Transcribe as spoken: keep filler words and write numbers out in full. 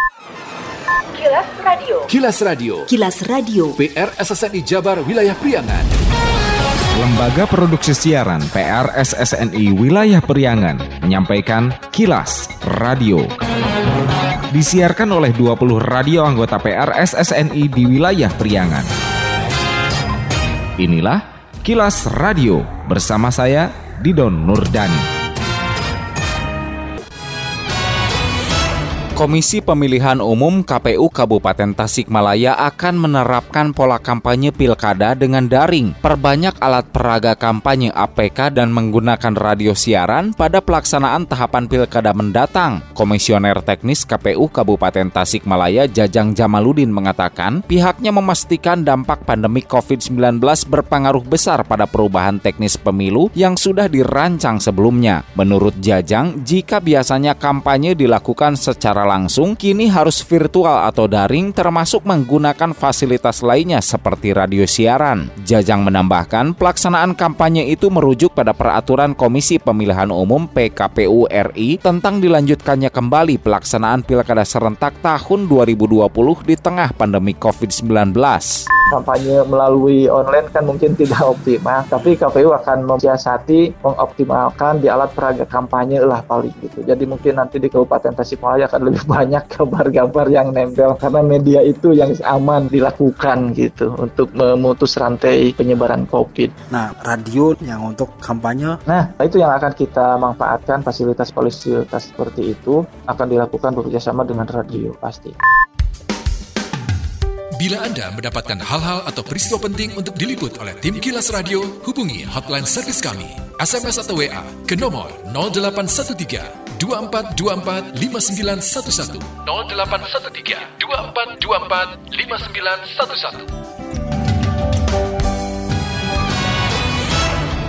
Kilas Radio. Kilas Radio. Kilas Radio. P R S S N I Jabar Wilayah Priangan. Lembaga Produksi Siaran P R S S N I Wilayah Priangan menyampaikan Kilas Radio. Disiarkan oleh dua puluh radio anggota P R S S N I di wilayah Priangan. Inilah Kilas Radio bersama saya Didon Nurdani. Komisi Pemilihan Umum K P U Kabupaten Tasikmalaya akan menerapkan pola kampanye pilkada dengan daring, perbanyak alat peraga kampanye A P K dan menggunakan radio siaran pada pelaksanaan tahapan pilkada mendatang. Komisioner Teknis K P U Kabupaten Tasikmalaya Jajang Jamaludin mengatakan pihaknya memastikan dampak pandemi covid sembilan belas berpengaruh besar pada perubahan teknis pemilu yang sudah dirancang sebelumnya. Menurut Jajang, jika biasanya kampanye dilakukan secara langsung, kini harus virtual atau daring termasuk menggunakan fasilitas lainnya seperti radio siaran. Jajang menambahkan, pelaksanaan kampanye itu merujuk pada peraturan Komisi Pemilihan Umum P K P U R I tentang dilanjutkannya kembali pelaksanaan pilkada serentak tahun dua ribu dua puluh di tengah pandemi covid sembilan belas. Kampanye melalui online kan mungkin tidak optimal, tapi K P U akan mensiasati mengoptimalkan di alat peraga kampanye lah paling gitu. Jadi mungkin nanti di Kabupaten Tasikmalaya akan lebih banyak gambar-gambar yang nempel karena media itu yang aman dilakukan gitu untuk memutus rantai penyebaran COVID. Nah, radio yang untuk kampanye. Nah, itu yang akan kita manfaatkan, fasilitas-fasilitas seperti itu akan dilakukan bekerjasama dengan radio pasti. Bila Anda mendapatkan hal-hal atau peristiwa penting untuk diliput oleh tim Kilas Radio, hubungi hotline servis kami, S M S atau W A ke nomor nol delapan satu tiga dua empat dua empat lima sembilan satu satu nol delapan satu tiga dua empat dua empat lima sembilan satu satu.